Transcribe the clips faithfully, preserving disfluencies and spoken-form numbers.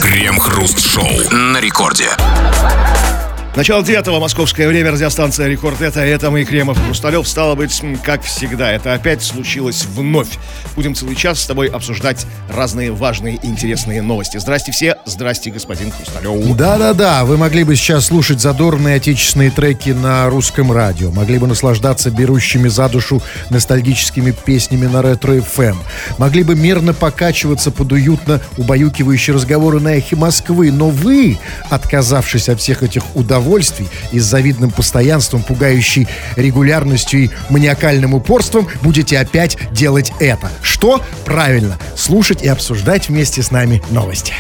Крем-хруст-шоу на рекорде. Начало девятого, московское время, радиостанция «Рекорд». Это, это мы, Кремов, Хрусталев. Стало быть, как всегда, это опять случилось вновь. Будем целый час с тобой обсуждать разные важные и интересные новости. Здрасте все, здрасте, господин Хрусталев. Да-да-да, вы могли бы сейчас слушать задорные отечественные треки на русском радио. Могли бы наслаждаться берущими за душу ностальгическими песнями на ретро-эф эм. Могли бы мирно покачиваться под уютно убаюкивающие разговоры на эхе Москвы. Но вы, отказавшись от всех этих удовольствий и с завидным постоянством, пугающей регулярностью и маниакальным упорством, будете опять делать это. Что? Правильно, слушать и обсуждать вместе с нами новости.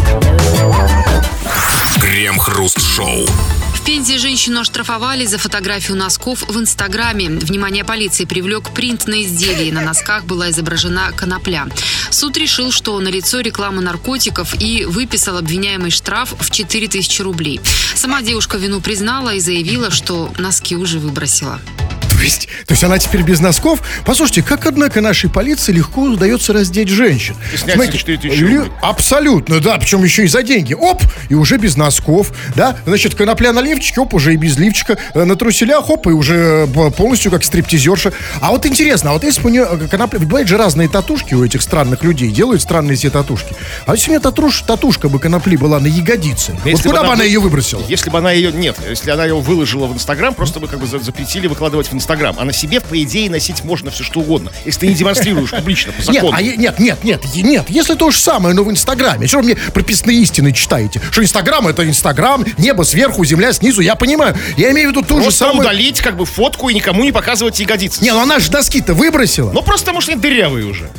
Крем-хруст-шоу. В Пензе женщину оштрафовали за фотографию носков в Инстаграме. Внимание полиции привлек принт на изделии. На носках была изображена конопля. Суд решил, что налицо реклама наркотиков и выписал обвиняемый штраф в четыре тысячи рублей. Сама девушка вину признала и заявила, что носки уже выбросила. То есть, то есть она теперь без носков? Послушайте, как, однако, нашей полиции легко удается раздеть женщин. И снять четыре тысячи рублей. Абсолютно, да, причем еще и за деньги. Оп, и уже без носков, да. Значит, конопля на лифчике, оп, уже и без лифчика. На труселях, оп, и уже полностью как стриптизерша. А вот интересно, а вот если бы у нее конопля... Бывают же разные татушки у этих странных людей, делают странные все татушки. А если у меня татуш, татушка бы конопли была на ягодице, вот если куда бы она, она ее выбросила? Если бы она ее... Нет, если она ее выложила в Инстаграм, просто бы как бы запретили выкладывать в Инстаграм. А на себе, по идее, носить можно все что угодно, если ты не демонстрируешь публично, по закону. Нет, а, нет, нет, нет, нет, если то же самое, но в Инстаграме. Что вы мне прописные истины читаете? Что Инстаграм — это Инстаграм, небо сверху, земля снизу, я понимаю. Я имею в виду то просто же самое. Просто удалить как бы фотку и никому не показывать ягодицы. Не, ну она же носки-то выбросила. Ну просто, может, они дырявые уже.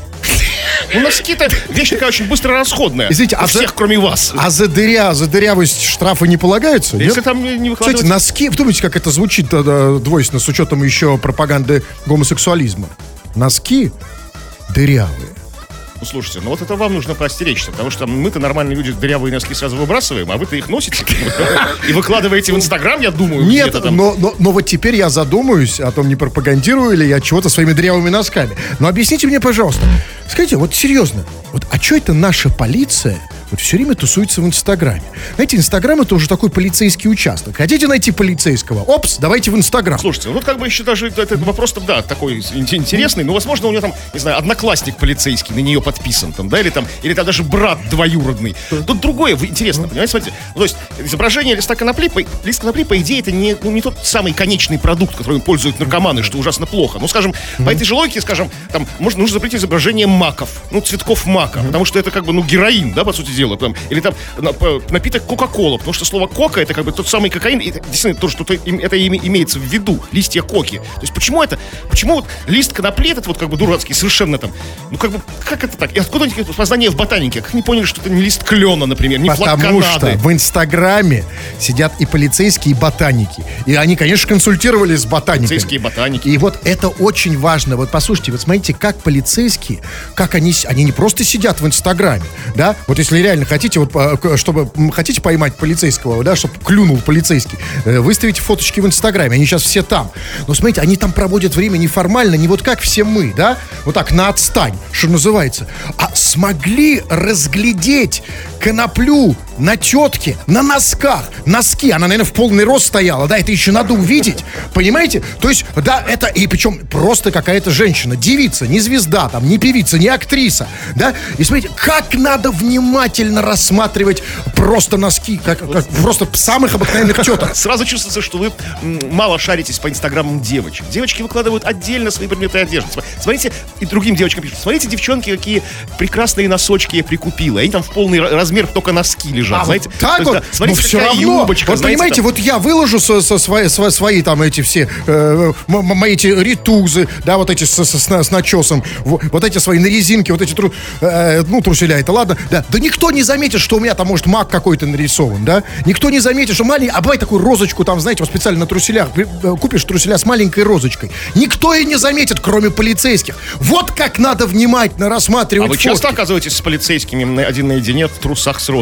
Ну, носки-то вещь такая очень быстро расходная. Извините, у а всех, за, кроме вас. А за, дыря, за дырявость штрафы не полагаются? Если нет? там не выкладывать... Кстати, носки, вы думаете, как это звучит да, двойственно, с учетом еще пропаганды гомосексуализма? Носки дырявые. Ну, слушайте, ну вот это вам нужно поостеречься, потому что мы-то нормальные люди дырявые носки сразу выбрасываем, а вы-то их носите и выкладываете в Инстаграм, я думаю. Нет, но, но, но вот теперь я задумаюсь о том, не пропагандирую ли я чего-то своими дырявыми носками. Но объясните мне, пожалуйста, скажите, вот серьезно, вот а что это наша полиция вот все время тусуется в Инстаграме? Знаете, Инстаграм — это уже такой полицейский участок. Хотите найти полицейского? Опс, давайте в Инстаграм. Слушайте, ну вот как бы еще даже этот вопрос-то, да, такой интересный, но, возможно, у нее там, не знаю, одноклассник полицейский на нее подписан, там, да, или там, или там даже брат двоюродный. Тут другое интересно, понимаете, смотрите. Ну, то есть изображение листа конопли, по, лист конопли, по идее, это не, ну, не тот самый конечный продукт, которым пользуются наркоманы, что ужасно плохо. Ну, скажем, mm-hmm. по этой же логике, скажем, там, можно, нужно запретить изображение маков, ну, цветков мака, mm-hmm. потому что это как бы, ну, героин, да, по сути дела, там, или там напиток Кока-Кола, потому что слово кока — это как бы тот самый кокаин, и это, действительно, то, что это имеется в виду, листья коки. То есть почему это, почему вот лист конопли этот вот как бы дурацкий, совершенно там, ну, как бы, как это так? И откуда они познания в ботанике? Как они поняли, что это не лист клена, например, не флаг Канады? Потому что в Инстаграме сидят и полицейские, и ботаники. И они, конечно, консультировались с ботаниками. Полицейские ботаники. И вот это очень важно. Вот послушайте, вот смотрите, как полицейские, как они, они не просто сидят в Инстаграме, да? Вот если реально хотите, вот, чтобы хотите поймать полицейского, да, чтобы клюнул полицейский, выставите фоточки в Инстаграме, они сейчас все там. Но смотрите, они там проводят время неформально, не вот как все мы, да? Вот так, на отстань, что называется. А смогли разглядеть коноплю на тетке, на носках. Носки, она, наверное, в полный рост стояла, да, это еще надо увидеть, понимаете? То есть, да, это, и причем просто какая-то женщина, девица, не звезда, там, не певица, не актриса, да? И смотрите, как надо внимательно рассматривать просто носки, как, как просто самых обыкновенных теток. Сразу чувствуется, что вы мало шаритесь по инстаграмам девочек. Девочки выкладывают отдельно свои предметы одежды. Смотрите, и другим девочкам пишут, смотрите, девчонки, какие прекрасные носочки я прикупила. Они там в полный размер только носки лежат, а, знаете? Вот так вот, есть, да, смотрите, но все равно, юбочка, вот знаете, понимаете, там... вот я выложу со, со свои, со, свои там эти все, э, мои эти ритузы, да, вот эти с, с, с, с начесом, вот, вот эти свои на резинке, вот эти, тру, э, ну, труселя, это ладно, да, да никто не заметит, что у меня там, может, маг какой-то нарисован, да, никто не заметит, что маленький, а бывает такую розочку там, знаете, вот специально на труселях, купишь труселя с маленькой розочкой, никто и не заметит, кроме полицейских. Вот как надо внимательно рассматривать А вы фотки. часто оказываетесь с полицейскими один наедине в трусах с розочкой?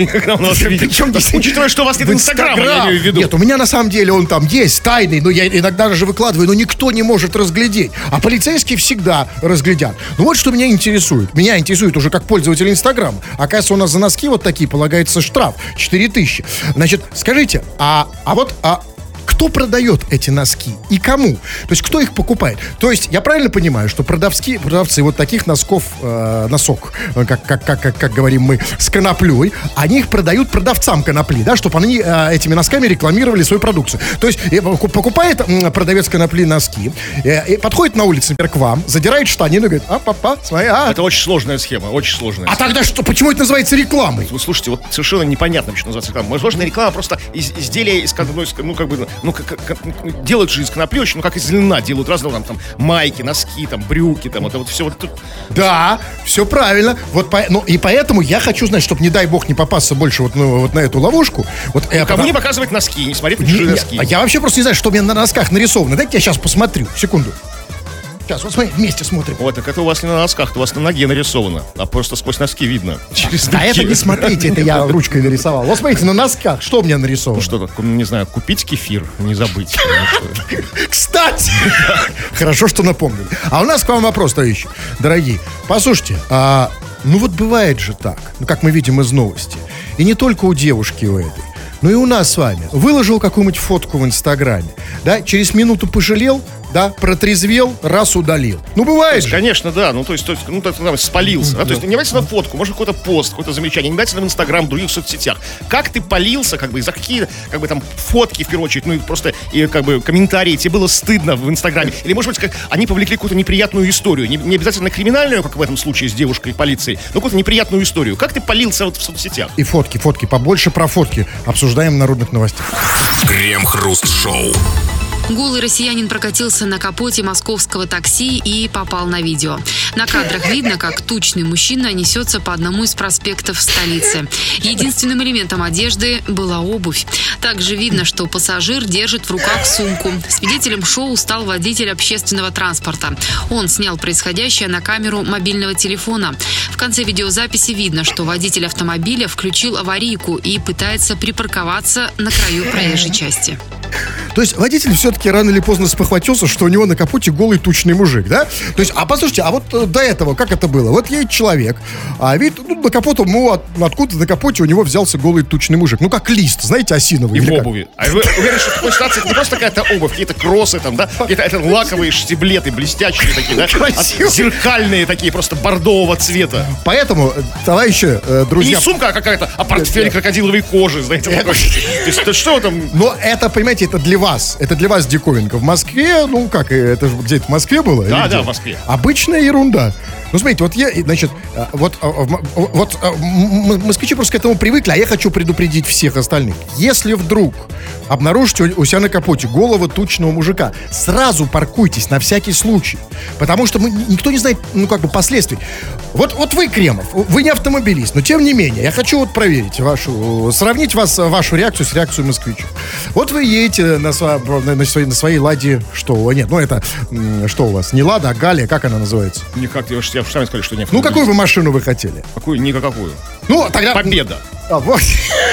Причем здесь- Учитывая, что у вас нет В Инстаграма, я Инстаграм. имею в виду. Нет, у меня на самом деле он там есть, тайный, но я иногда даже выкладываю, но никто не может разглядеть. А полицейские всегда разглядят. Ну вот что меня интересует. Меня интересует уже как пользователь Инстаграма. Оказывается, у нас за носки вот такие полагается штраф четыре тысячи. Значит, скажите, а, а вот... А, кто продает эти носки и кому? То есть, кто их покупает? То есть, я правильно понимаю, что продавцы, продавцы вот таких носков, э, носок, э, как, как, как, как, как говорим мы, с коноплей, они их продают продавцам конопли, да, чтобы они э, этими носками рекламировали свою продукцию. То есть, э, покупает э, продавец конопли носки, э, подходит на улице, например, к вам, задирает штанину и говорит, а, папа, смотри, а. Это очень сложная схема, очень сложная. А тогда что, почему это называется рекламой? Вы слушайте, вот совершенно непонятно, почему называется реклама. Возможно, реклама просто из, изделия из, ну, из, ну, как бы, ну, как, как, делают же из конопли очень, ну, как из льна, делают разные, там, там, майки, носки, там, брюки, там, это вот все вот тут. Да, все правильно. Вот по, ну, и поэтому я хочу знать, чтобы, не дай бог, не попасться больше вот, ну, вот на эту ловушку. Вот, Кому потому- не показывать носки, не смотреть на Не- чужие не- носки. Я вообще просто не знаю, что у меня на носках нарисовано. Дайте я сейчас посмотрю. Секунду. Сейчас, вот смотри, вместе смотрим. Вот, так это у вас не на носках, это у вас на ноге нарисовано, а просто сквозь носки видно. Через А носки. это не смотрите, это я ручкой нарисовал. Вот смотрите, на носках, что у меня нарисовано? Ну, что такое, не знаю, купить кефир, не забыть. Ну, что. Кстати! Хорошо, что напомнили. А у нас к вам вопрос, товарищи. Дорогие, послушайте, а, ну вот бывает же так, ну как мы видим из новости, и не только у девушки у этой, но и у нас с вами. Выложил какую-нибудь фотку в Инстаграме, да, через минуту пожалел, да, протрезвел, раз удалил. Ну бывает же. Конечно, да. Ну, то есть, то есть ну, то, там, спалился. Да? То есть, не обязательно фотку, может, какой-то пост, какое-то замечание, не обязательно в Инстаграм, в других соцсетях. Как ты полился, как бы, за какие, как бы, там, фотки, в первую очередь, ну, и просто, и, как бы, комментарии, тебе было стыдно в Инстаграме. Или, может быть, как они повлекли какую-то неприятную историю. Не, не обязательно криминальную, как в этом случае с девушкой и полицией, но какую-то неприятную историю. Как ты полился вот в соцсетях? И фотки, фотки, побольше про фотки обсуждаем в народных новостях. Крем-хруст-шоу. Голый россиянин прокатился на капоте московского такси и попал на видео. На кадрах видно, как тучный мужчина несется по одному из проспектов столицы. Единственным элементом одежды была обувь. Также видно, что пассажир держит в руках сумку. Свидетелем шоу стал водитель общественного транспорта. Он снял происходящее на камеру мобильного телефона. В конце видеозаписи видно, что водитель автомобиля включил аварийку и пытается припарковаться на краю проезжей части. То есть водитель все-таки рано или поздно спохватился, что у него на капоте голый тучный мужик, да? То есть, а послушайте, а вот э, до этого как это было? Вот едет человек, а вид, ну, на капоту, ну, от, откуда на капоте у него взялся голый тучный мужик. Ну, как лист, знаете, осиновый. И или в как? обуви. А вы уверены, что в такой ситуации это не просто какая-то обувь, какие-то кроссы там, да? Какие-то это лаковые штиблеты, блестящие такие, да? Красиво. От- Зеркальные такие, просто бордового цвета. Поэтому, э, товарищи, э, И друзья... не сумка, а какая-то, а портфель крокодиловой кожи, знаете, такой. То есть, это что там? Но это, понимаете, это для вас. Это для вас диковинка. В Москве, ну как, это же где-то в Москве было? Да, Или где? да, в Москве. Обычная ерунда. Ну, смотрите, вот я, значит, а, вот, а, в м- вот а, м- м- москвичи просто к этому привыкли, а я хочу предупредить всех остальных. Если вдруг обнаружите у, у себя на капоте голову тучного мужика, сразу паркуйтесь на всякий случай. Потому что мы, никто не знает, ну, как бы, последствий. Вот, вот вы, Кремов, вы не автомобилист, но тем не менее, я хочу вот проверить вашу, сравнить вас, вашу реакцию с реакцией москвича. Вот вы едете на, сва- на, на своей, на своей Ладе, что у вас, нет, ну это, м, что у вас, не Лада, а Галия, как она называется? Никак, я уж я уж сами сказали, что не Ну, какую вы машину вы хотели? Какую? Никакую. Ну, тогда... Победа. А, вот.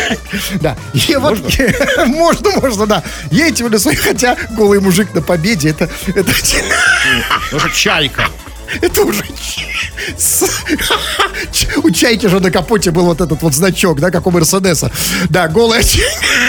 Да. И вот- Можно, можно, да. Едете вы на своей, хотя голый мужик на победе, это... Это, Ну, что чайка. это уже... с- Ч- У чайки же на капоте был вот этот вот значок, да, как у Мерседеса. Да, голая... ч-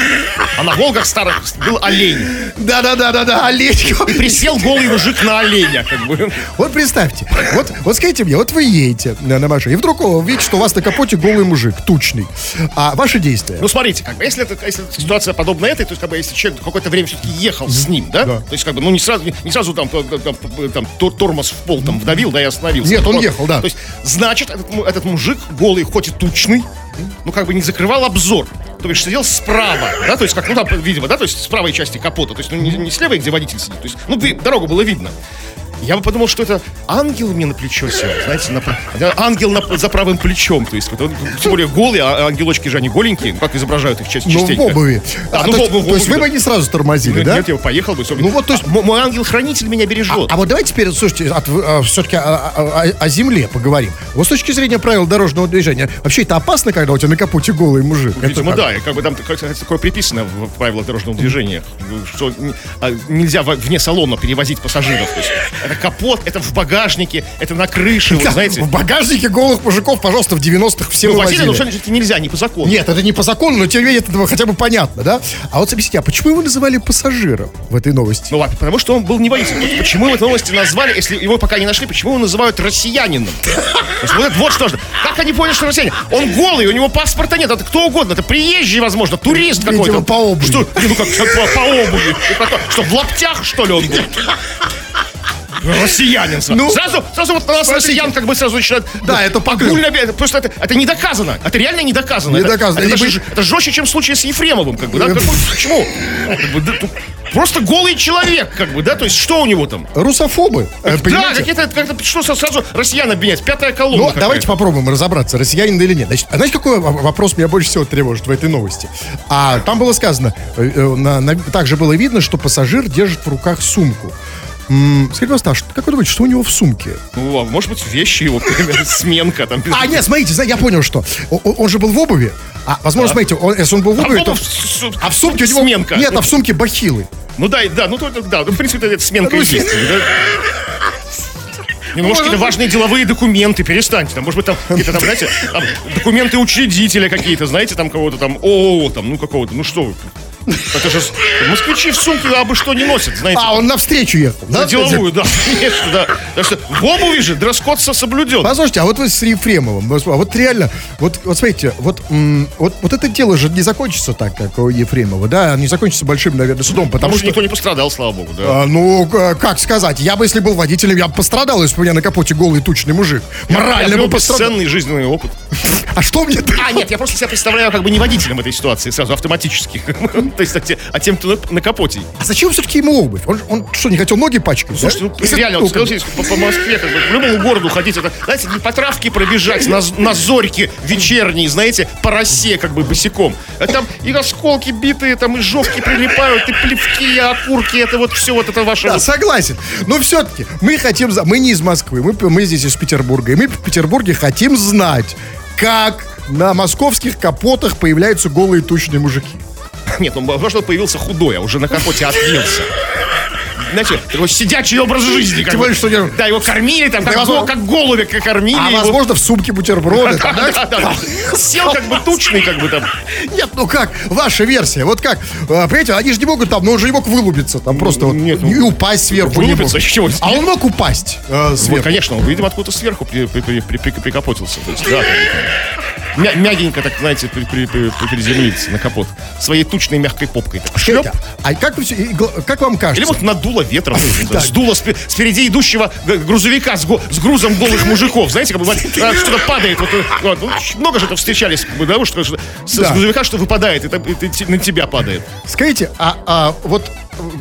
А на Волгах старых был олень. Да-да-да-да-да, олень. И присел голый мужик на оленя, как бы. Вот представьте, вот, вот скажите мне, вот вы едете на, на машине, и вдруг вы видите, что у вас на капоте голый мужик, тучный. А ваши действия? Ну, смотрите, как бы, если, это, если ситуация подобная этой, то есть, как бы, если человек какое-то время все-таки ехал с ним, да? Да. То есть, как бы, ну, не сразу, не сразу там, там, там, там, тор- тормоз в пол там вдавил, да, и остановился. Нет, он Вот. ехал, да. То есть, значит, этот, му- этот мужик голый, хоть и тучный, ну, как бы не закрывал обзор. То есть, сидел справа, да, то есть, как, ну, там, видимо, да, то есть, с правой части капота, то есть, ну, не, не с левой, где водитель сидит, то есть, ну, ви- дорогу было видно. Я бы подумал, что это ангел мне на плечо сел, знаете, на, ангел на, за правым плечом, то есть, вот, он, тем более голый, а ангелочки же они голенькие, ну, как изображают их частенько. Ну, в обуви. А, а, ну, то, в, есть, в, в, то есть в, вы бы не сразу тормозили, ну, да? Нет, я бы поехал бы. Ну, вот, то есть... а, мой ангел-хранитель меня бережет. А, а вот давайте теперь, слушайте, от, а, все-таки о, о, о, о земле поговорим. Вот с точки зрения правил дорожного движения, вообще это опасно, когда у тебя на капоте голый мужик? Ну, видимо, это да, и как бы там как, такое приписано в правилах дорожного движения, что нельзя вне салона перевозить пассажиров. То есть это капот, это в багажнике, это на крыше, вы Да, знаете. в багажнике голых мужиков, пожалуйста, в девяностых все Ну, вывозили. Василий, ну, что нельзя, не по закону. Нет, это не по закону, но тем не менее это хотя бы понятно, да? А вот объясните, а почему его называли пассажиром в этой новости? Ну, потому что он был не водитель. Вот почему его в этой новости назвали, если его пока не нашли, почему его называют россиянином? То есть, вот, это, вот что же. Как они поняли, что россиянин? Он голый, у него паспорта нет, это кто угодно, это приезжий, возможно, турист Видимо, какой-то. по обуви. Что, ну, как, по, по обуви. Что, в лаптях, что ли, он был? Россиянин. Ну, сразу, сразу вот на нас смотрите. россиян как бы сразу начинают... Да, это поклёв. огульно, это, просто это, это не доказано. Это реально не доказано. Не это, доказано. Это, Либо- ж- это жестче, чем в случае с Ефремовым, как бы, да? Какой- почему? Как бы, да, тут просто голый человек, как бы, да? То есть что у него там? Русофобы, э, Да, понимаете? какие-то, как-то, что сразу россиян обвинять? Пятая колонна. Ну, какая-то. давайте попробуем разобраться, россиянин или нет. Значит, а знаете, какой в- вопрос меня больше всего тревожит в этой новости? А там было сказано, э, э, на- на- также было видно, что пассажир держит в руках сумку. М, Скажите, пожалуйста, а что- как вы думаете, что у него в сумке? Ну, а может быть, вещи его, например, сменка там. А, нет, смотрите, зна- я понял, что. О- о- Он же был в обуви. А, возможно, смотрите, он- если он был в Там обуви, то... обувь, с- А в сумке у него... сменка. Нет, а в сумке бахилы. Ну да, и- да, ну то, да, ну, в принципе, это сменка Ну, и есть. Да? Не, ну, может, какие-то важные деловые документы, перестаньте. Там, может быть, там какие-то там, знаете, там, документы учредителя какие-то, знаете, там кого-то там, ООО, там, ну какого-то, ну что вы. Это же москвичи в сумке абы что не носят, знаете. А, он навстречу ехал, да? На деловую, да, конечно, да. Так что в обуви же дресс-код соблюден. Послушайте, а вот вы с Ефремовым, а вот реально, вот, вот смотрите, вот, м, вот, вот это дело же не закончится так, как у Ефремова, да, не закончится большим, наверное, судом, потому Потому что что... никто не пострадал, слава богу, да. А, ну, к- как сказать, я бы, если был водителем, я бы пострадал, если бы у меня на капоте голый тучный мужик. Морально Я бы бы пострадал. бесценный жизненный опыт. А что мне... А, нет, я просто себя представляю как бы не водителем этой ситуации, сразу автоматически. То есть, а те- а тем, кто на- на капоте. А зачем все-таки ему обувь? Он, он что, не хотел ноги пачкать? Слушайте, да? ну Если- реально, ну, вот согласитесь, по, по Москве, как бы, к любому городу ходить, это, знаете, не по травке пробежать, на, на зорьке вечерние, знаете, по росе, как бы, босиком. А там и осколки битые, там и жовки прилипают, и плевки, и окурки, это вот все вот это ваше... Да, вот- согласен. Но все-таки мы хотим... за- Мы не из Москвы, мы, мы здесь из Петербурга. И мы в Петербурге хотим знать, как на московских капотах появляются голые тучные мужики. Нет, он, возможно, появился худой, а уже на капоте отъелся. Знаете, такой сидячий образ жизни. Как Тем бы. более, что я- Да, его кормили, там, как, возможно- го- как голубя как кормили. А его. возможно, в сумке бутерброды. Да, там, да? да, да. Сел как бы тучный, как бы там. Нет, ну как, ваша версия, вот как, а, понимаете, они же не могут там, ну он же не мог вылупиться, там просто вот, нет, ну, и упасть сверху не мог. вылупиться, чего? А он мог упасть э, Вот, сверху. конечно, он, видимо, откуда-то сверху при- при- при- при- при- прикапотился. То есть, да, там, мя- мягенько, так, знаете, при- при- при- при- приземлиться на капот. Своей тучной мягкой попкой. Так, шлеп. Скажите, а как, вы все, и гл- как вам кажется? Или вот надуло ветром, Да. сдуло спе- спереди идущего г- грузовика с, го- с грузом голых мужиков. Знаете, как бы вот, а, что-то падает. Вот, вот, ну, много же это встречались, как бы, да, что, что с, Да. с грузовика что выпадает, это, это те- на тебя падает. Скажите, а, а вот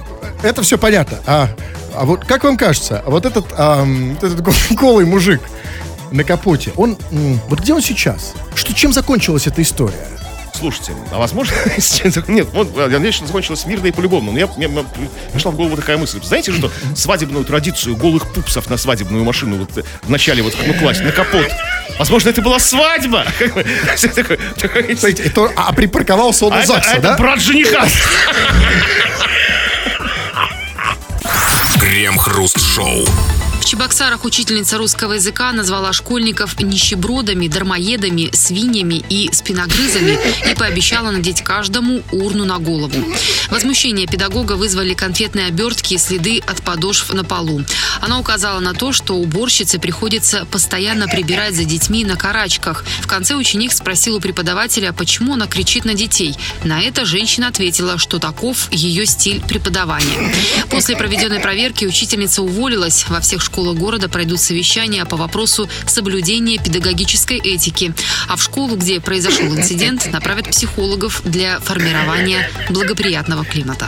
э, это все понятно, а, а вот как вам кажется, вот этот, ам, вот этот гол- голый мужик на капоте, он, м, вот где он сейчас? Что, чем закончилась эта история? Слушайте, а возможно... Нет, вот, я надеюсь, что закончилось мирно и полюбовно. Но я, мне, мне пришла в голову такая мысль. Знаете же, что свадебную традицию голых пупсов на свадебную машину вот, в начале вот, ну, класть на капот. Возможно, это была свадьба. Как бы, такой- такой- Кстати, это- а припарковался он А у это, ЗАГСа, а это да? брат жениха. Крем-хруст-шоу. В Чебоксарах учительница русского языка назвала школьников нищебродами, дармоедами, свиньями и спиногрызами и пообещала надеть каждому урну на голову. Возмущение педагога вызвали конфетные обертки и следы от подошв на полу. Она указала на то, что уборщице приходится постоянно прибирать за детьми на карачках. В конце ученик спросил у преподавателя, почему она кричит на детей. На это женщина ответила, что таков ее стиль преподавания. После проведенной проверки учительница уволилась. Во всех школах города пройдут совещания по вопросу соблюдения педагогической этики. А в школу, где произошел инцидент, направят психологов для формирования благоприятного климата.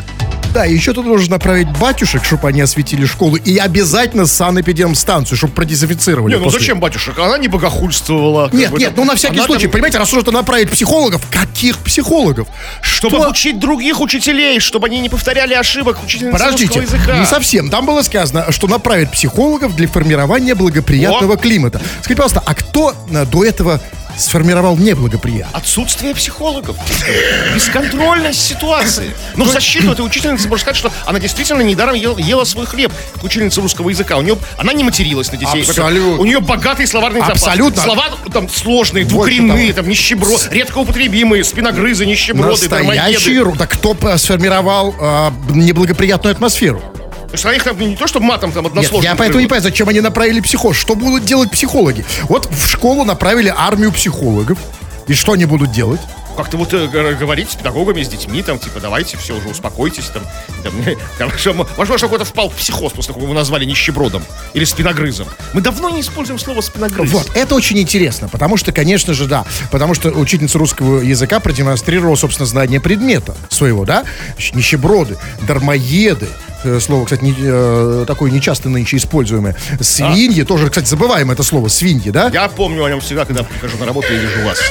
Да, и еще тут нужно направить батюшек, чтобы они осветили школу, и обязательно санэпидемстанцию, чтобы продезинфицировали. Не, ну после. зачем, батюшек? Она не богохульствовала. Нет, как нет, бы, ну там, на всякий она случай, там, понимаете, раз уж это направить психологов, каких психологов? чтобы Что? учить других учителей, чтобы они не повторяли ошибок учительницы Подождите, русского языка. не совсем. Там было сказано, что направят психологов для формирования благоприятного О. климата. Скажите, пожалуйста, а кто э, до этого сформировал неблагоприятный? Отсутствие психологов. Бесконтрольность ситуации. Но в защиту этой учительницы можно сказать, что она действительно недаром ела, ела свой хлеб, как учительница русского языка. У нее, она не материлась на детей. Абсолютно. У нее богатый словарный запас. Абсолютно. Слова там сложные, Больше двукоренные, того. там нищеброд, редко употребимые, спиногрызы, нищеброды, Настоящий... дармоеды. ру- Да кто э, сформировал э, неблагоприятную атмосферу? То есть она их там не то, чтобы матом там Нет, односложно. я поэтому не понимаю, зачем они направили психолог. Что будут делать психологи? Вот в школу направили армию психологов. И что они будут делать? Как-то вот э, г- говорить с педагогами, с детьми, там, типа, давайте, все, уже успокойтесь, там, там, там, что, возможно, что какой-то впал в психоз, после того, как его назвали нищебродом или спиногрызом. Мы давно не используем слово спиногрыз. Вот, это очень интересно, потому что, конечно же, да, потому что учительница русского языка продемонстрировала, собственно, знание предмета своего, да, нищеброды, дармоеды, э, слово, кстати, не, э, такое нечасто нынче используемое, свиньи, тоже, кстати, забываем это слово, свиньи, да? Я помню о нем всегда, когда прихожу на работу и вижу вас.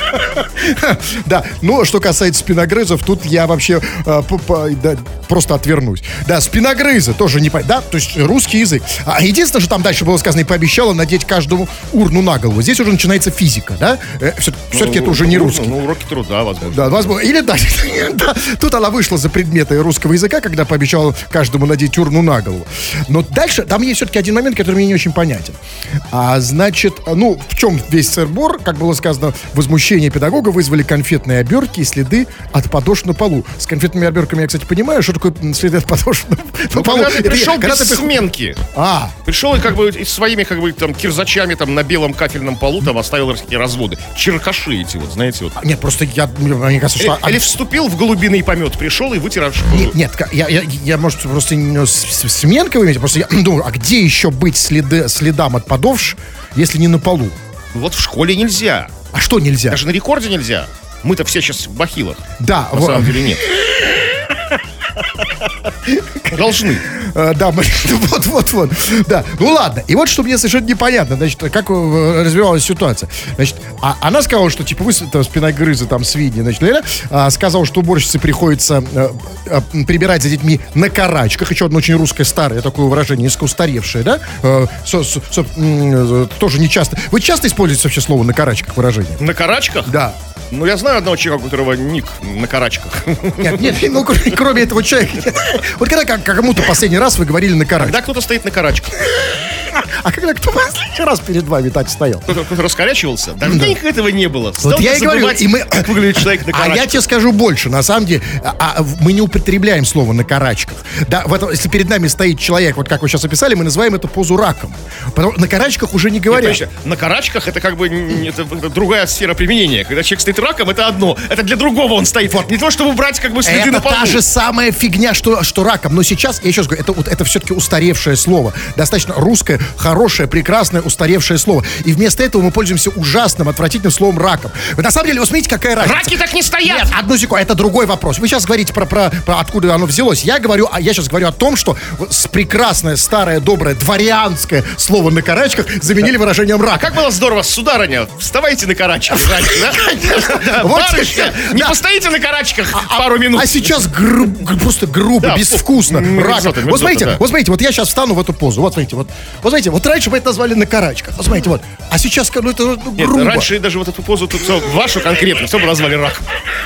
Да, но что касается спиногрызов, тут я вообще э, п- п- да, просто отвернусь. Да, спиногрызы тоже не понятно, да, то есть русский язык. А единственное, что там дальше было сказано, и пообещала надеть каждому урну на голову. Здесь уже начинается физика, да? Э, все, все-таки это уже не Ну, русский. Ну, уроки труда, возможно. Да, возможно. Или да, да, тут она вышла за предметы русского языка, когда пообещала каждому надеть урну на голову. Но дальше, там есть все-таки один момент, который мне не очень понятен. А, значит, ну, в чем весь сыр-бор, как было сказано, возмущение педагога вызвали конфетные обертки и следы от подошв на полу. С конфетными обертками я, кстати, понимаю, что такое следы от подошв на, Ну, на полу. когда ты Это пришел когда без ты приход- сменки. А, Пришел и как бы и своими как бы там кирзачами там на белом кафельном полу там оставил такие разводы. Черкаши эти вот, знаете, вот. нет, просто я, мне кажется, Или, что... или вступил в голубиный помет, пришел и вытер. Нет, нет, ка- я, я, я, может, просто не- с- с- сменка вы имеете, просто я думаю, а где еще быть следы, следам от подошв, если не на полу? Вот в школе нельзя. А что нельзя? Даже на рекорде нельзя. Мы-то все сейчас в бахилах. Да, На во- самом деле нет. Должны. Э, да, мы- вот, вот, вот, да. Ну ладно, и вот что мне совершенно непонятно, значит, как э, развивалась ситуация. Значит, а, она сказала, что, типа, вы там, спиногрызы, там, свиньи, значит, ля-ля, а, сказала, что уборщице приходится э, э, прибирать за детьми на карачках, еще одно очень русское старое такое выражение, несколько устаревшее, да, Э, со- со- со- м, э, тоже не часто. Вы часто используете вообще слово на карачках выражение? На карачках? Да. Ну, я знаю одного человека, у которого ник на карачках. Нет, нет, ну, кроме, кроме этого человека. нет. Вот когда как- кому-то последний раз вы говорили на карачках, Когда кто-то стоит на карачках, а когда кто последний раз перед вами так стоял? кто-то, кто-то раскорячивался, давненько этого не было. Стал Вот я и говорю, забывать, и мы... как выглядит человек на А карачках. я тебе скажу больше, на самом деле, а, а, в- мы не употребляем слово на карачках. Да, в этом, если перед нами стоит человек, вот как вы сейчас описали, мы называем это позу раком. Потому на карачках уже не Нет, говорят. подожди, на карачках это как бы н- это, это другая сфера применения. Когда человек стоит раком, это одно. Это для другого он стоит. Вот. Не то, чтобы брать как бы следы Это на полу. та же самая фигня, что, что раком. Но сейчас, я еще раз говорю, это, вот, это все-таки устаревшее слово. Достаточно русское, хорошее, прекрасное, устаревшее слово. И вместо этого мы пользуемся ужасным, отвратительным словом раком. Вы на самом деле, вы смотрите, какая разница. Раки так не стоят! Нет, одну секунду, это другой вопрос. Вы сейчас говорите про, про, про откуда оно взялось. Я говорю, а я сейчас говорю о том, что вот с прекрасное, старое, доброе, дворянское слово на карачках заменили выражением А рак. как было здорово, сударыня, вставайте на карачки раньше, да? Да, Вот барышня, сейчас, не да. постоите на карачках пару минут. А сейчас гру- г- просто грубо, Да, безвкусно, м, раком. мерзота, Вот мерзота, смотрите, да. вот смотрите, вот я сейчас встану в эту позу. Вот смотрите, вот, вот смотрите, вот раньше мы это назвали на карачках. Вот смотрите, вот. А сейчас, ну это ну, Нет, грубо. раньше даже вот эту позу, тут всё, вашу конкретно, все бы назвали раком.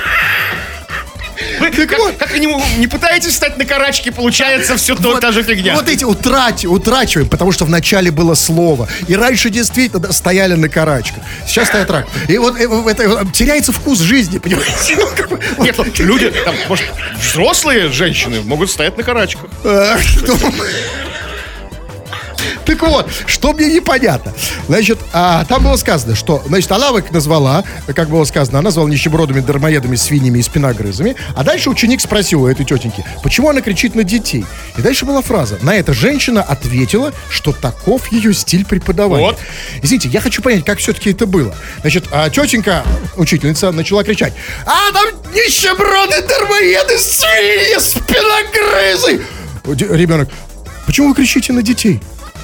Вы Так как, вот. как не, не пытаетесь встать на карачки, получается все Вот- та же фигня. Вот эти утрати, утрачиваем, потому что вначале было слово. И раньше действительно да, стояли на карачках. Сейчас стоят рак. И вот э, это, э, теряется вкус жизни, понимаете? Ну, как бы, вот, Нет, вот люди, там, может, взрослые женщины могут стоять на карачках. э, ну, Так Так вот, что мне непонятно. Значит, а, там было сказано, что, значит, она их назвала, как было сказано, она назвала нищебродами, дармоедами, свиньями и спиногрызами. А дальше ученик спросил у этой тетеньки, почему она кричит на детей. И дальше была фраза. На это женщина ответила, что таков ее стиль преподавания. Вот. Извините, я хочу понять, как все-таки это было. Значит, а тетенька, учительница, начала кричать: а там нищеброды, дармоеды, свиньи, спиногрызы. Ребенок: почему вы кричите на детей?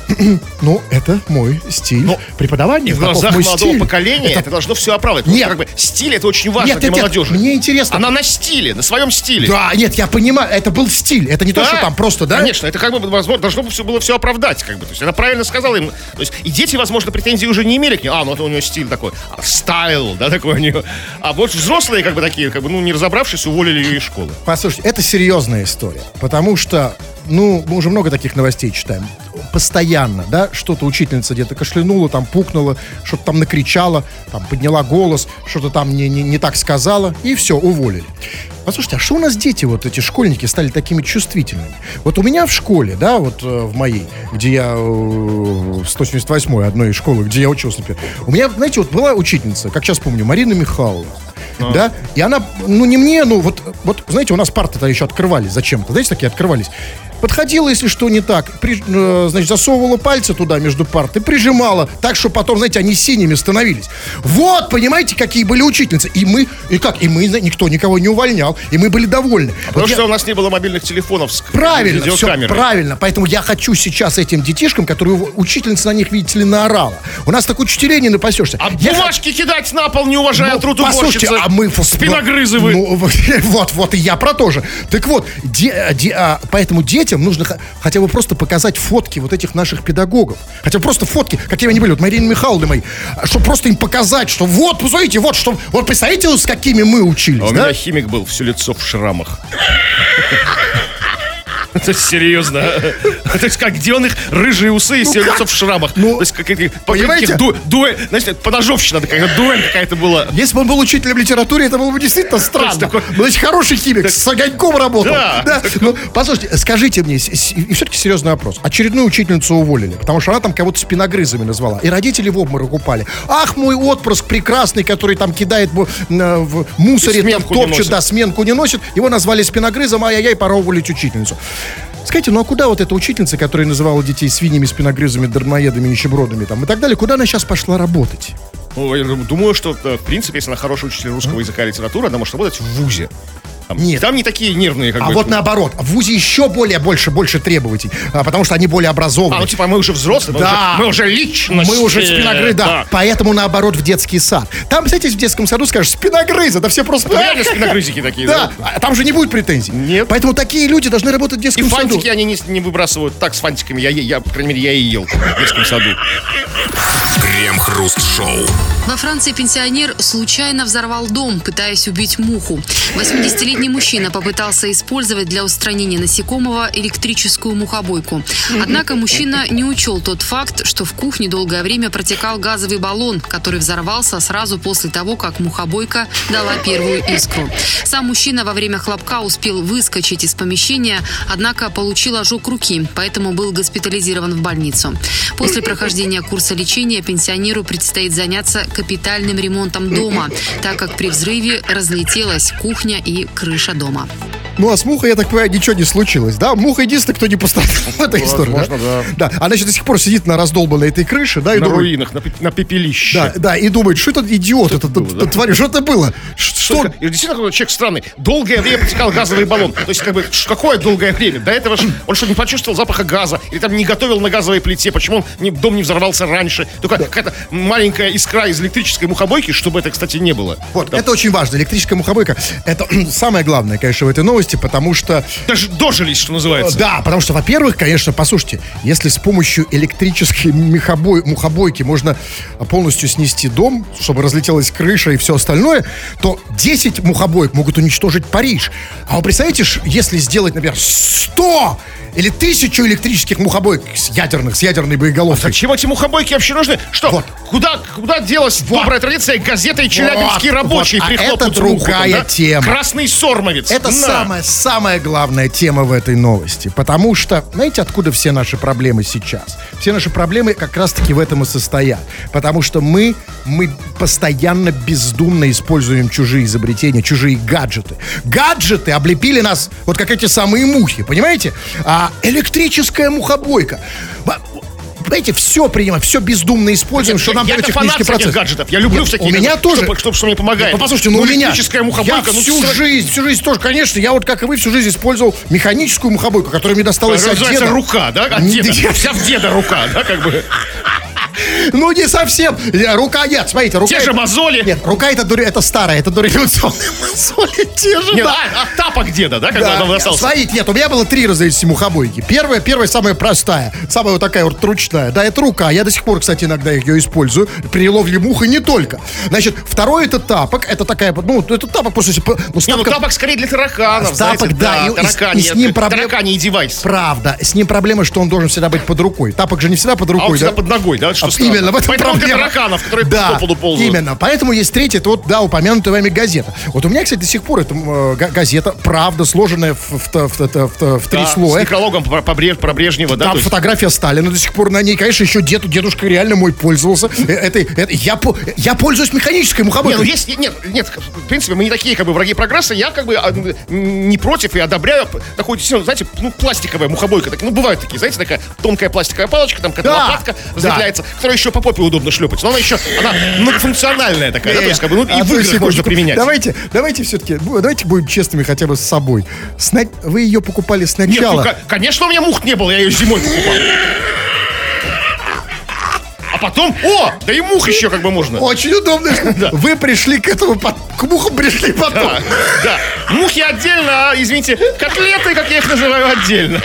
Ну, это мой стиль Но преподавания. В глазах молодого стиль. поколения это... это должно все оправдать. Нет. Как бы, стиль — это очень важно нет, для нет, молодежи. Нет, мне интересно. Она на стиле, на своем стиле. Да, нет, я понимаю, это был стиль. Это не да, то, что там просто, да? Конечно, это как бы, возможно, должно все, было все оправдать. Как бы. То есть она правильно сказала им. То есть и дети, возможно, претензий уже не имели к ней. А, ну это у нее стиль такой. А, стайл, да, такой у нее. А вот взрослые, как бы такие, как бы, ну, не разобравшись, уволили ее из школы. Послушайте, это серьезная история. Потому что, ну, мы уже много таких новостей читаем. Постоянно, да, что-то учительница где-то кашлянула, там пукнула, что-то там накричала, там подняла голос, что-то там не, не, не так сказала, и все, уволили. Послушайте, а что у нас дети, вот эти школьники, стали такими чувствительными? Вот у меня в школе, да, вот в моей, где я, в сто семьдесят восьмой одной из школы, где я учился, например, у меня, знаете, вот была учительница, как сейчас помню, Марина Михайловна. А. Да, и она, ну не мне, ну вот, вот знаете, у нас парты-то еще открывались зачем-то, знаете, такие открывались. Подходила, если что не так, при, э, значит, засовывала пальцы туда между парт и прижимала, так что потом, знаете, они синими становились. Вот, понимаете, какие были учительницы. И мы, и как, и мы, никто никого не увольнял, и мы были довольны. Потому вот что я... у нас не было мобильных телефонов с правильно, видеокамерой. Все правильно, поэтому я хочу сейчас этим детишкам, которые учительница на них, видите ли, наорала. У нас так учителей не напасешься. А я бумажки х... кидать на пол, не уважая ну, труд уборщицы. А мы... Спиногрызы вы. Ну, вот, вот, и я про то же. Так вот, де, де, а, поэтому детям нужно... хотя бы просто показать фотки вот этих наших педагогов. Хотя бы просто фотки, какими они были. Вот Марина Михайловна мои. Чтобы просто им показать, что вот, посмотрите, вот что... Вот представляете, с какими мы учились, а да? У меня химик был, все лицо в шрамах. Это серьезно. То есть как, где он их рыжие усы и все лицо в шрамах. Ну, то есть какие-то... понимаете? Дуэль, значит, поножовщина такая, дуэль какая-то была. Если бы он был учителем литературы, это было бы действительно странно. Такой... Ну, значит, хороший химик, так... с огоньком работал. Да. да. Ну, послушайте, скажите мне, и все-таки серьезный вопрос. Очередную учительницу уволили, потому что она там кого-то спиногрызами назвала. И родители в обморок упали. Ах, мой отпрыск прекрасный, который там кидает в, в мусоре, там, топчет, да, сменку не носит. Его назвали спиногрызом, ай-яй-яй, пора уволить учительницу. Скажите, ну а куда вот эта учительница, которая называла детей свиньями, спиногрызами, дармоедами, нищебродами там и так далее, куда она сейчас пошла работать? Ну, я думаю, что, в принципе, если она хороший учитель русского языка и литературы, она может работать в вузе. Там, Нет. Там не такие нервные, как а бы. А вот наоборот, в вузе еще более, больше, больше требовательный, а, потому что они более образованы. А, ну типа мы уже взрослые, да. мы, уже, мы уже личности. Мы уже спиногрызы, да. да. Поэтому наоборот в детский сад. Там, кстати, в детском саду скажешь, спиногрызы, да все просто... Это реально спиногрызики такие, да? Да, там же не будет претензий. Нет. Поэтому такие люди должны работать в детском и саду. И фантики они не, не выбрасывают так с фантиками, я, я, по крайней мере, я и ел в детском саду. Крем-хруст-шоу. Во Франции пенсионер случайно взорвал дом, пытаясь убить муху. восьмидесятилетний мужчина попытался использовать для устранения насекомого электрическую мухобойку. Однако мужчина не учел тот факт, что в кухне долгое время протекал газовый баллон, который взорвался сразу после того, как мухобойка дала первую искру. Сам мужчина во время хлопка успел выскочить из помещения, однако получил ожог руки, поэтому был госпитализирован в больницу. После прохождения курса лечения пенсионеру предстоит заняться капитальным ремонтом дома, так как при взрыве разлетелась кухня и крыша дома. Ну, а с мухой, я так понимаю, ничего не случилось, да? Муха единственная, кто не пострадал в этой истории, да? да? Да. Она, значит, до сих пор сидит на раздолбанной этой крыше, да? И на думает, руинах, на, на пепелище. Да, да, и думает, что этот идиот, этот да? тварь, что это было? Что? И действительно, какой человек странный. Долгое время протекал газовый баллон. То есть, как бы, какое долгое время? До этого ж, он что, не почувствовал запаха газа? Или там не готовил на газовой плите? Почему он не, дом не взорвался раньше? Только да. какая-то маленькая искра из электрической мухобойки, чтобы это, кстати, не было. Вот, там. Это очень важно. Электрическая мухобойка. Это самое главное, конечно, в этой новости, потому что... Даже дожились, что называется. Да, потому что, во-первых, конечно, послушайте, если с помощью электрической мухобой, мухобойки можно полностью снести дом, чтобы разлетелась крыша и все остальное, то десять мухобоек могут уничтожить Париж. А вы представляете, если сделать, например, сто или тысячу электрических мухобоек с ядерных, с ядерной боеголовкой. А зачем эти мухобойки вообще нужны? Что? Вот. Куда, куда делась вот. добрая традиция газеты «Челябинский вот. рабочий» вот. А прихлопнуть это другая муху, там, да? тема. Красный сормовец. Это На. самое самая, самая главная тема в этой новости. Потому что, знаете, откуда все наши проблемы сейчас? Все наши проблемы как раз-таки в этом и состоят. Потому что мы, мы постоянно бездумно используем чужие изобретения, чужие гаджеты. Гаджеты облепили нас, вот как эти самые мухи, понимаете? А электрическая мухобойка. Знаете, все принимаем, все бездумно используем, Нет, что нам я дает это фанат технический всяких процесс. гаджетов. Я люблю Нет, всякие у меня гаджеты, тоже. Чтобы, чтобы, что мне помогает. Ну, послушайте, ну у меня электрическая мухобойка. я ну, всю все- жизнь, всю жизнь тоже, конечно, я вот, как и вы, всю жизнь использовал механическую мухобойку, которая мне досталась от Называется деда. рука, да? От Не- деда. я- Вся в деда рука, да, как бы. Ну, не совсем. Я- Рука нет, смотрите, рука... Те же это- мозоли. Нет, рука это, дуре- это старая, это дореволюционные мозоли, те же, Нет, да. а, от тапок деда, да, когда Да, он остался? смотрите, нет, у меня было три разновидности мухобойки. Первая, первая самая простая, самая вот такая вот ручная. Да, это рука. Я до сих пор, кстати, иногда ее использую при ловле мух и не только. Значит, второй это тапок. Это такая, ну, это тапок просто... Ну, Не, ну ставка- тапок скорее для тараканов, Тапок, знаете, да, и- и с- таракани, и с ним проблем- тараканий девайс. Правда, с ним проблема, что он должен всегда быть под рукой. Тапок же не всегда под А рукой, он всегда да? под ногой, да? Что А, странно. именно, в этом Поэтому для проблема. тараканов, которые Да, по полу ползают. именно. Поэтому есть третья, это вот, да, упомянутая вами газета. Вот у меня, кстати, до сих пор эта м, га- газета, правда, сложенная в, в, в, в, в- в три Да, слоя. с некрологом по- по Бреж- про Брежнева, да? Там то есть- фотография Сталина до сих пор на ней. Конечно, еще дед, дедушка реально мой пользовался. Э, Это, это- я, по- я пользуюсь механической Не, ну мухобойкой. есть, нет, нет, в принципе, мы не такие, как бы, враги прогресса, я, как бы, а, м, не против и одобряю такую, действительно, знаете, ну, пластиковая мухобойка, так, ну, бывают такие, знаете, такая тонкая пластиковая палочка, там, какая-то Да, лопатка да. разветвляется, которая еще по попе удобно шлепать, но она еще, она многофункциональная такая, да, то есть, как бы, ну, и А, в то играх секундочку. можно применять. Давайте, давайте все-таки, давайте будем честными хотя бы с собой. Сна- Вы ее покупали Нет, сначала. ну, ко- конечно, у меня мух не было, я ее зимой покупал. А потом, о, да и мух еще как бы можно. Очень удобно. Вы пришли к этому, под- к мухам пришли потом. Да, да. Мухи отдельно, а, извините, котлеты, как я их называю, отдельно.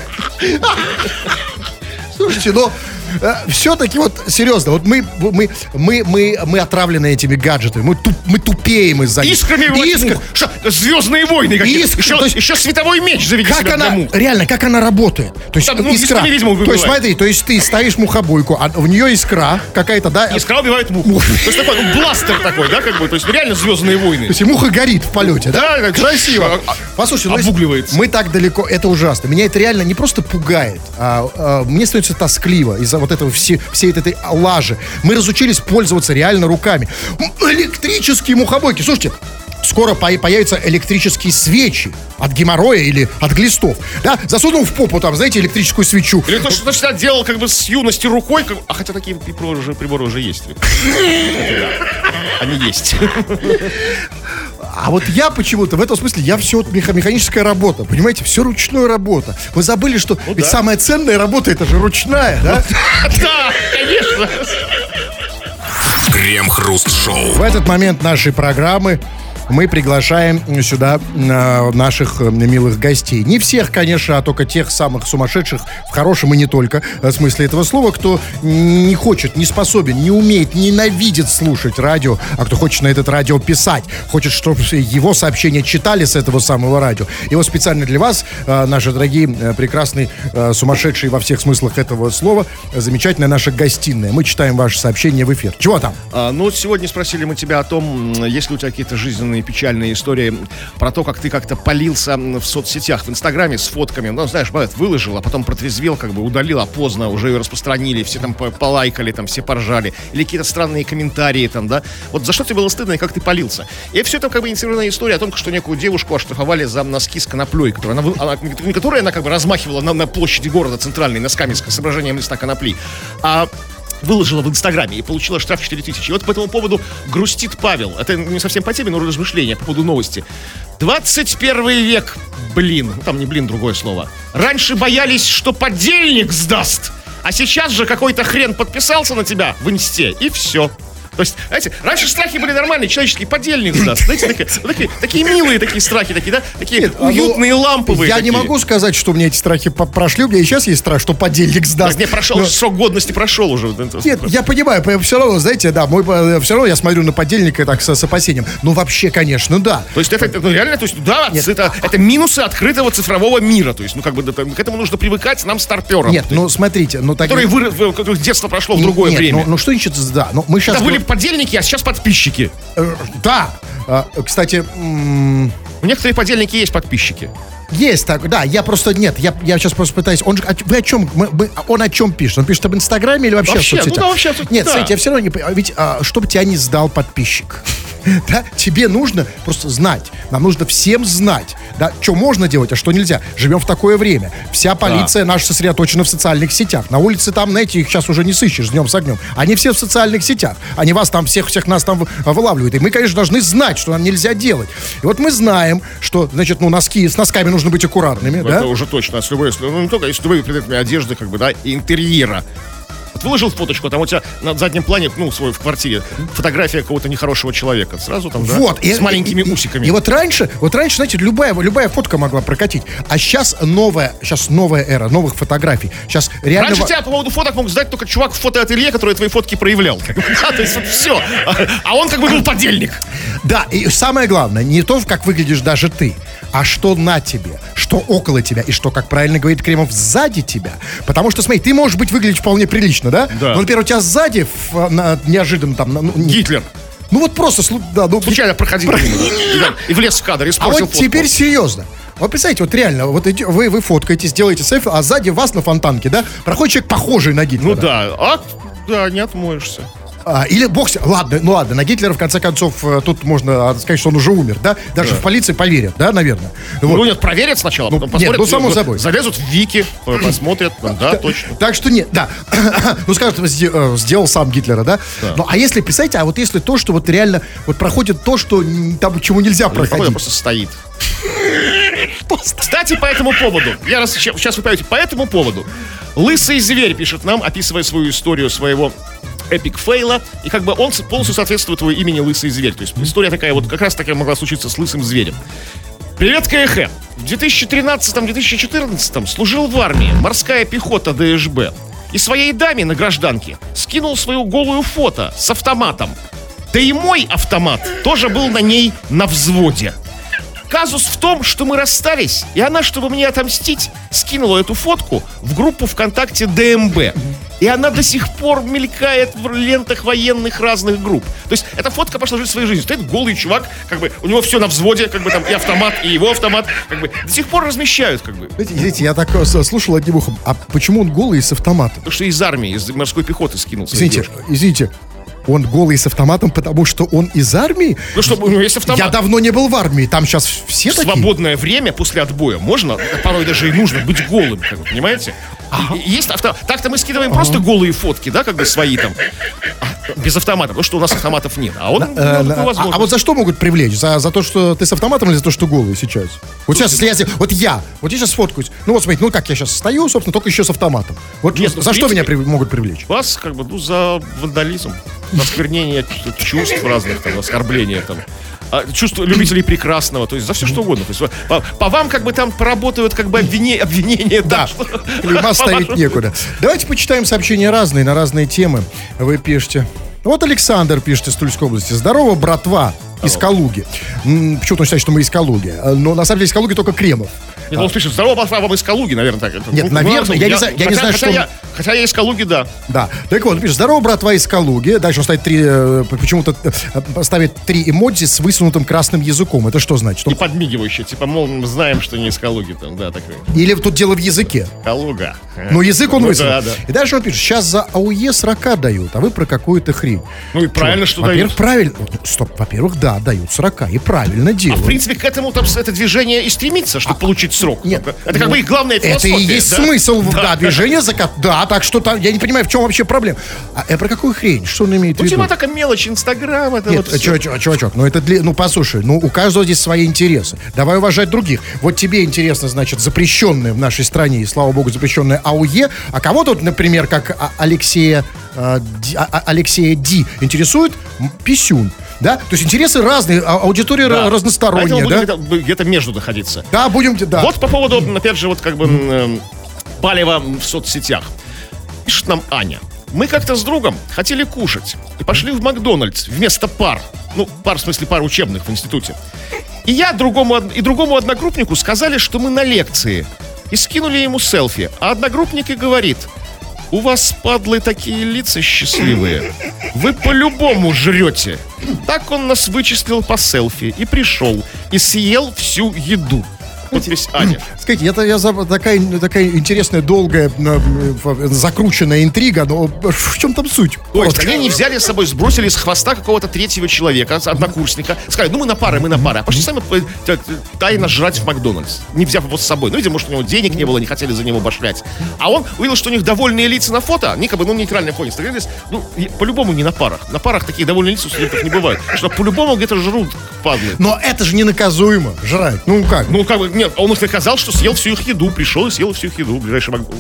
Слушайте, ну, все-таки вот, серьезно, вот мы, мы, мы, мы, мы отравлены этими гаджетами, мы, туп, мы тупеем из-за них. Искрами в Искр- мух. Что, Звездные войны какие-то. Искр- Еще, то есть- еще световой меч заведи Как себя для она, мух. реально, как она работает? То есть Там, ну, искра. искрами, видимо, То есть выбивает. смотри, то есть ты ставишь мухобойку, а в нее искра какая-то, да? Искра убивает муху. То есть такой, ну, бластер такой, да, как бы, то есть ну, реально Звездные войны. То есть и муха горит в полете, да? Да, Красиво. а- Послушай, ну, обугливается. мы так далеко, это ужасно. Меня это реально не просто пугает, а, а, мне становится тоскливо из-за вот этого все, всей этой лажи. Мы разучились пользоваться реально руками. М, Электрические мухобойки. Слушайте, скоро по- появятся электрические свечи от геморроя или от глистов. Да? Засунул в попу там, знаете, электрическую свечу. Или то, что ты всегда делал как бы с юности рукой, как- а хотя такие приборы уже, приборы уже есть. Это да. Они есть. А вот я почему-то, в этом смысле, я все меха- механическая работа, понимаете, все ручная работа. Вы забыли, что ведь да. самая ценная работа, это же ручная, да? Да, конечно. Крем-хруст-шоу. В этот момент нашей программы мы приглашаем сюда э, наших э, милых гостей. Не всех, конечно, а только тех самых сумасшедших, в хорошем и не только э, смысле этого слова, кто не хочет, не способен, не умеет, ненавидит слушать радио, а кто хочет на этот радио писать, хочет, чтобы его сообщения читали с этого самого радио. И вот специально для вас, э, наши дорогие, э, прекрасные, э, сумасшедшие во всех смыслах этого слова, э, замечательная наша гостиная. Мы читаем ваши сообщения в эфир. Чего там? А, ну, вот сегодня спросили мы тебя о том, м, есть ли у тебя какие-то жизненные печальные истории про то, как ты как-то палился м, в соцсетях, в Инстаграме с фотками. Ну, знаешь, бывает, выложил, а потом протрезвел, как бы удалил, а поздно, уже ее распространили, все там по- полайкали, там все поржали. Или какие-то странные комментарии там, да. Вот за что тебе было стыдно и как ты палился? И все это как бы инициированная история о том, что некую девушку оштрафовали за носки с коноплей, которую она, вы- она, не которую она как бы размахивала на, на площади города центральной носками с изображением листа конопли, а выложила в Инстаграме и получила штраф четыре тысячи. И вот по этому поводу грустит Павел. Это не совсем по теме, но размышления по поводу новости. двадцать первый век, блин. Ну, там не блин, другое слово. Раньше боялись, что подельник сдаст. А сейчас же какой-то хрен подписался на тебя в Инсте, и все. То есть, знаете, раньше страхи были нормальные, человеческие, подельник сдаст. Знаете, такие, вот такие, такие милые такие страхи, такие, да? Такие уютные, ламповые. Я такие. не могу сказать, что у меня эти страхи по- прошли. У меня и сейчас есть страх, что подельник сдаст. Так, не, прошел, Но- срок годности прошел уже. Нет, я понимаю, все равно, знаете, да, мой, все равно я смотрю на подельника так с, с опасением. Ну, вообще, конечно, да. То есть это, это, ну, реально, то есть, да, Нет. это, это минусы открытого цифрового мира. То есть, ну, как бы, да, там, к этому нужно привыкать нам, старперам. Нет, ну, смотрите, ну, так... Которые вырос, которых детство прошло в другое Нет, время. Ну, ну, что значит, да, ну, мы сейчас... Это были подельники, а сейчас подписчики. Э, Да. А, Кстати, м, У некоторых подельники есть подписчики. есть так, да, я просто, нет, я, я сейчас просто пытаюсь, он же, о- вы о чем, мы- мы- он о чем пишет? Он пишет об Инстаграме или вообще, Вообще, в соцсетях? ну да, вообще, тут- Нет, да. смотрите, я все равно не понимаю, ведь, а, чтобы тебя не сдал подписчик, да, тебе нужно просто знать, нам нужно всем знать, да, что можно делать, а что нельзя. Живем в такое время, вся полиция наша сосредоточена в социальных сетях, на улице там, знаете, их сейчас уже не сыщешь днем с огнем, они все в социальных сетях, они вас там, всех, всех нас там вы- вылавливают, и мы, конечно, должны знать, что нам нельзя делать. И вот мы знаем, что, значит, ну, носки, с носками нужно быть аккуратными, да? Это уже точно. С любой, ну, не только, с любыми предметами одежды, как бы, да, и интерьера. Вот выложил фоточку, а там у тебя на заднем плане, ну, свой в квартире, фотография какого-то нехорошего человека. Сразу там, да, Вот, с маленькими и, и- усиками. И, вот раньше, вот раньше, знаете, любая, любая фотка могла прокатить. А сейчас новая, сейчас новая эра, новых фотографий. Сейчас реально... Раньше во- тебя по поводу фоток мог сдать только чувак в фотоателье, который твои фотки проявлял. Да, то есть вот все. А он как бы был подельник. Да, и самое главное, не то, как выглядишь даже ты, а что на тебе, что около тебя, и что, как правильно говорит Кремов, сзади тебя. Потому что, смотри, ты можешь быть выглядеть вполне прилично, да? Да. Но, например, у тебя сзади в- на- неожиданно там... на- ну, не- Гитлер. Ну вот просто... слу- Да, ну, Случайно проходил мимо, да, и, да, и влез в кадр, и А испортил вот фотку. теперь серьезно. Вот представьте, вот реально, вот иди- вы, вы фоткаетесь, делаете селфи, а сзади вас на фонтанке, да, проходит человек, похожий на Гитлера. Ну да, а да, не отмоешься. А, или бог с- ладно, ну ладно, на Гитлера, в конце концов, э, тут можно а, сказать, что он уже умер, да? Даже в полиции поверят, да, наверное. Вот. Ну нет, проверят сначала, потом нет, посмотрят. ну, само э, собой. Залезут в Вики, э, посмотрят, ну, да, точно. Так что нет, да. Ну, скажут, сде- э, сделал сам Гитлера, да? Ну, а если, представьте, а вот если то, что вот реально вот проходит то, что м, там чему нельзя Походу, проходить. просто стоит. Кстати, по этому поводу, я раз, сейчас вы поймете, по этому поводу, Лысый зверь пишет нам, описывая свою историю своего эпик фейла, и как бы он с- полностью соответствует его имени Лысый зверь. То есть история такая вот, как раз такая могла случиться с Лысым зверем. Привет, КХ. В две тысячи тринадцатом - две тысячи четырнадцатом служил в армии, морская пехота ДШБ. И своей даме на гражданке скинул свою голую фото с автоматом. Да и мой автомат тоже был на ней на взводе. Казус в том, что мы расстались, и она, чтобы мне отомстить, скинула эту фотку в группу ВКонтакте ДМБ. И она до сих пор мелькает в лентах военных разных групп. То есть эта фотка пошла жить своей жизнью. Стоит голый чувак, как бы у него все на взводе, как бы там и автомат, и его автомат, как бы до сих пор размещают, как бы. Знаете, знаете, я так э, с- слушал одним ухом, а почему он голый и с автоматом? Потому что из армии, из морской пехоты скинул свою Извините, девушку. извините, он голый с автоматом, потому что он из армии? Ну что, у него есть автомат. Я давно не был в армии, там сейчас все В такие. свободное время после отбоя можно, порой даже и нужно быть голым, как вы понимаете? И- и есть авто... Так-то мы скидываем просто голые фотки, да, как бы свои там, а, без автомата, потому что у нас автоматов нет. А он, Э, ну, э, такую а, возможность. а вот за что могут привлечь? За, за то, что ты с автоматом или за то, что голый сейчас? Вот сейчас, если я, се- вот я, вот я сейчас сфоткаюсь, ну вот смотрите, ну как я сейчас стою, собственно, только еще с автоматом. Вот Нет, за ну, в что принципе- меня при- могут привлечь? Вас, как бы, ну, за вандализм, за осквернение ч- чувств разных, там, оскорбление, там, а, чувств любителей прекрасного, то есть за все что угодно. То есть по, по вам, как бы, там поработают, как бы, обвине- обвинения, да, Да, что- клейма по ставить вашему- некуда. Давайте почитаем сообщения разные, на разные темы. Вы пишете. Вот Александр пишет из Тульской области. Здорово, братва, из Калуги. М, Почему-то он считает, что мы из Калуги. А, Но на самом деле из Калуги только Кремов. Нет, он пишет, здорово, пошла вам из Калуги, наверное, так. Нет, Ну, наверное, я не знаю- я не хотя- знаю, хотя что я- Хотя я из Калуги, да. Да. Так вот, он пишет, здорово, братва из Калуги. Дальше он ставит три, э, почему-то э, ставит три эмодзи с высунутым красным языком. Это что значит? И Он- подмигивающий, типа, мол, мы знаем, что не из Калуги, там, да, такой. Или тут дело в языке. Калуга. Но язык он Ну, высунул. да, да. И дальше он пишет, сейчас за АУЕ сорока дают, а вы про какую-то хрень. Ну и правильно, что Во-первых, дают. правильно. Ну, Стоп, во-первых, да, дают сорока. И правильно А делают. в принципе, к этому там с- это движение и стремится, чтобы получить срок. Нет, это как ну, бы их главная это философия. и есть да? смысл, да, движения закат. Да, так что там, я не понимаю, в чем вообще проблема. А э, про какую хрень? Что он имеет в Ну, виду? типа такая мелочь, Инстаграм, это Нет, вот всё. чувачок, чувачок, ну это для, ну послушай, ну у каждого здесь свои интересы. Давай уважать других. Вот тебе интересно, значит, запрещенное в нашей стране, и слава богу, запрещенное АУЕ, а кого-то, вот, например, как А- Алексея, а, Ди- а- а- Алексея Ди, интересует м, писюн. Да? То есть интересы разные, а- аудитория Да. ра- разносторонняя, Поэтому будем да? где-то, где-то между находиться. Да, будем, да. Вот по поводу, опять же, вот как бы м, палева в соцсетях. Пишет нам Аня. Мы как-то с другом хотели кушать и пошли в Макдональдс вместо пар. Ну, пар, в смысле, пар учебных в институте. И я другому, од- и другому одногруппнику сказали, что мы на лекции. И скинули ему селфи. А одногруппник и говорит: У вас, падлы, такие лица счастливые. Вы по-любому жрете. Так он нас вычислил по селфи и пришел, и съел всю еду. Подпись Аня. Скажите, это я за- такая, такая интересная, долгая, э, закрученная интрига, но в чем там суть? То есть Вот. они не взяли с собой, сбросили с хвоста какого-то третьего человека, однокурсника. Сказали, ну мы на пары, мы на пары. А пошли сами п- т- т- тайно жрать в Макдональдс, не взяв его с собой. Ну, видимо, может, у него денег не было, не хотели за него башлять. А он увидел, что у них довольные лица на фото, они как бы, ну, нейтральный фоне. Стоялись, ну, и по-любому не на парах. На парах такие довольные лица у студентов не бывает. Что по-любому где-то жрут, падлы. Но это же ненаказуемо, жрать. Ну как? Ну, как бы, нет, он сказал, что съел всю их еду, пришел и съел всю их еду. в Ближайший Мак-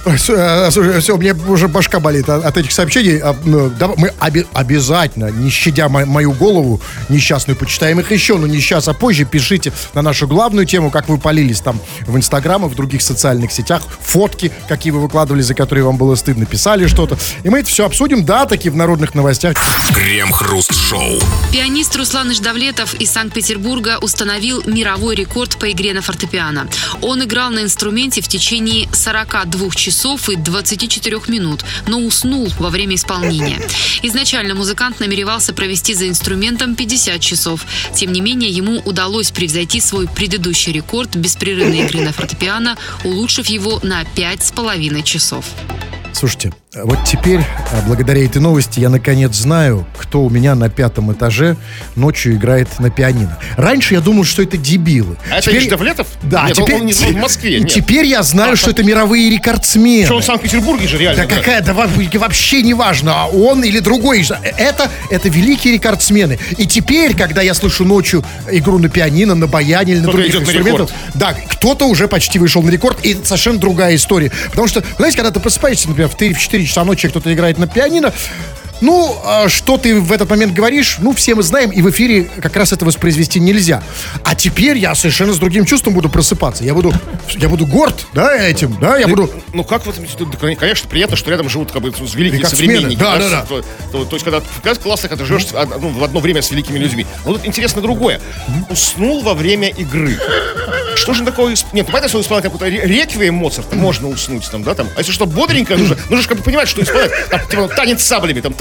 Слушай, все, мне уже башка болит от, от этих сообщений. А, ну, давай, мы оби- обязательно, не щадя мо- мою голову несчастную, почитаем их еще, но не сейчас, а позже. Пишите на нашу главную тему, как вы полились там в Инстаграм и в других социальных сетях, фотки, какие вы выкладывали, за которые вам было стыдно, писали что-то. И мы это все обсудим, да, таки в народных новостях. Крем-хруст-шоу. Пианист Руслан Иждавлетов из Санкт-Петербурга установил мировой рекорд по игре на фортепиано. Он играл на инструменте в течение сорока двух часов и двадцати четырёх минут, но уснул во время исполнения. Изначально музыкант намеревался провести за инструментом пятьдесят часов. Тем не менее, ему удалось превзойти свой предыдущий рекорд беспрерывной игры на фортепиано, улучшив его на пять с половиной часов. Слушайте, вот теперь, а, благодаря этой новости, я наконец знаю, кто у меня на пятом этаже ночью играет на пианино. Раньше я думал, что это дебилы. А это Иждавлетов? Да, Нет, теперь, он не в Москве, и нет. теперь я знаю, А, что так- это мировые рекордсмены. Что он в Санкт-Петербурге же реально. Да какая, да во- вообще не важно, он или другой. Это, это великие рекордсмены. И теперь, когда я слышу ночью игру на пианино, на баяне или на Кто-то других идет на инструментах, да, кто-то уже почти вышел на рекорд, и это совершенно другая история. Потому что, знаете, когда ты просыпаешься, например, в три-четыре часа ночи кто-то играет на пианино, ну, а что ты в этот момент говоришь, ну, все мы знаем, и в эфире как раз это воспроизвести нельзя. А теперь я совершенно с другим чувством буду просыпаться. Я буду, я буду горд, да, этим, да, я буду... Ну как в этом, да, конечно, приятно, что рядом живут как бы с великие Рекордсмены, современники. да, да, да. То, то- то есть, когда когда классно, когда ты живешь с- ну, в одно время с великими людьми. Но тут интересно другое. Уснул во время игры. Что же такое? исп- Нет, понятно, что исполнять какой-то ре- реквием Моцарта можно уснуть там, да, там. А если что бодренькое, нужно, нужно же как бы понимать, что исполнять. Там, типа, танец с саблями, там.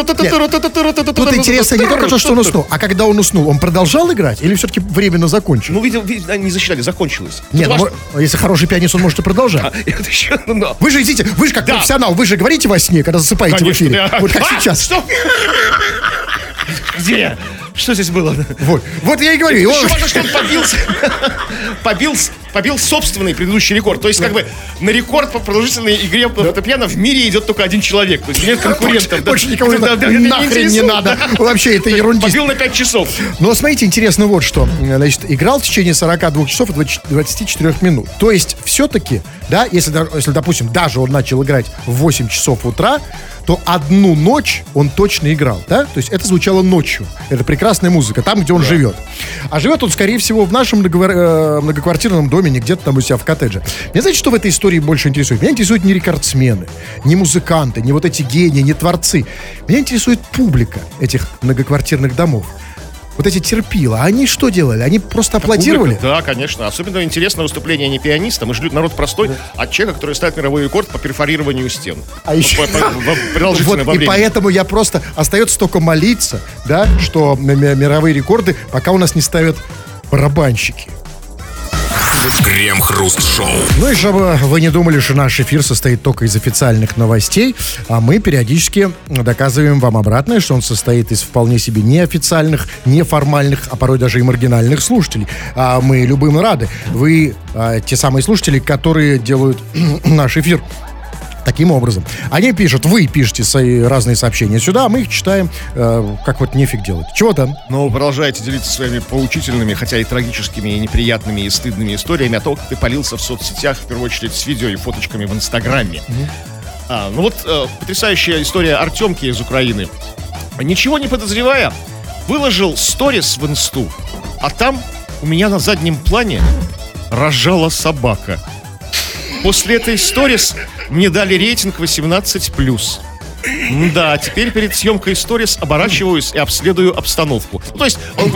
Тут интересно не только то, что он уснул, а когда он уснул, он продолжал играть или все-таки временно закончил? Ну, видимо, видимо, не засчитали, закончилось. Нет, Тут ну, важно- мо- если хороший пианист, он может и продолжать. Это еще, ну, да. Вы же, идите, вы же как Да. профессионал, вы же говорите во сне, когда засыпаете Конечно, в эфире. да. Вот как А, сейчас. Что? Где? Что здесь было? Вот. Вот я и говорю. и он- Еще важно, что он побил, побил, побил собственный предыдущий рекорд. То есть, как бы, на рекорд по продолжительной игре по фортепиано в мире идет только один человек. То есть, нет конкурентов. Да. Больше никого не Да, надо. да, это Нахрен не интересует, надо. да. Вообще, это ерундист. Побил на пять часов. Но смотрите, интересно вот что. Значит, играл в течение сорока двух часов и двадцати четырёх минут. То есть, все-таки, да, если, да- если, допустим, даже он начал играть в восемь часов утра, то одну ночь он точно играл, да? То есть это звучало ночью. Это прекрасная музыка, там, где он живет. А живет он, скорее всего, в нашем многовар- э, многоквартирном доме, не где-то там у себя в коттедже. Меня, знаете, что в этой истории больше интересует? Меня интересуют не рекордсмены, не музыканты, не вот эти гении, не творцы. Меня интересует публика этих многоквартирных домов. Вот эти терпила, они что делали? Они просто аплодировали? Публика, да, конечно. Особенно интересно выступление не пианиста. Мы ждем народ простой, а человека, который ставит мировой рекорд по перфорированию стен. А еще- По- по- во- продолжительно Вот, во и времени. поэтому я просто остается только молиться, да, что ми- ми- мировые рекорды пока у нас не ставят барабанщики. Крем-хруст-шоу. Ну и чтобы вы не думали, что наш эфир состоит только из официальных новостей, а мы периодически доказываем вам обратное, что он состоит из вполне себе неофициальных, неформальных, а порой даже и маргинальных слушателей. А мы любым рады. Вы а, те самые слушатели, которые делают наш эфир таким образом. Они пишут, вы пишете свои разные сообщения сюда, а мы их читаем, э, как вот нефиг делать. Чего там? Но вы продолжаете делиться своими поучительными, хотя и трагическими, и неприятными, и стыдными историями о том, как ты палился в соцсетях, в первую очередь с видео и фоточками в Инстаграме. А, ну вот э, потрясающая история Артемки из Украины. Ничего не подозревая, выложил сторис в Инсту, а там у меня на заднем плане рожала собака. После этой сторис мне дали рейтинг восемнадцать плюс. Да, теперь перед съемкой сторис оборачиваюсь и обследую обстановку. Ну, то есть, он,